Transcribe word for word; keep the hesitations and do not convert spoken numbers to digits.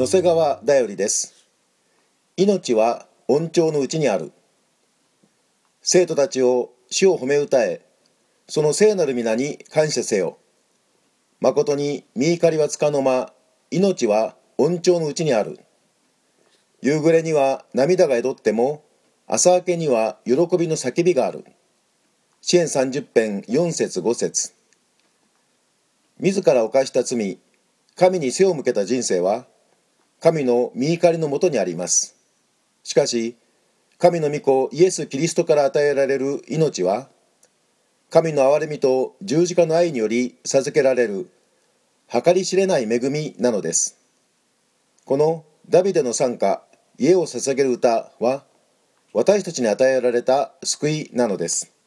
野瀬川だよりです。命は恩寵のうちにある。生徒たちを主を褒め歌え、その聖なる皆に感謝せよ。誠に身怒りはつかの間、命は恩寵のうちにある。夕暮れには涙が宿っても、朝明けには喜びの叫びがある。詩編さんじゅっぺんよん節ご節。自ら犯した罪、神に背を向けた人生は、神の身怒りのもとにあります。しかし、神の御子イエス・キリストから与えられる命は、神の憐れみと十字架の愛により授けられる計り知れない恵みなのです。このダビデの賛歌、家を捧げる歌は、私たちに与えられた救いなのです。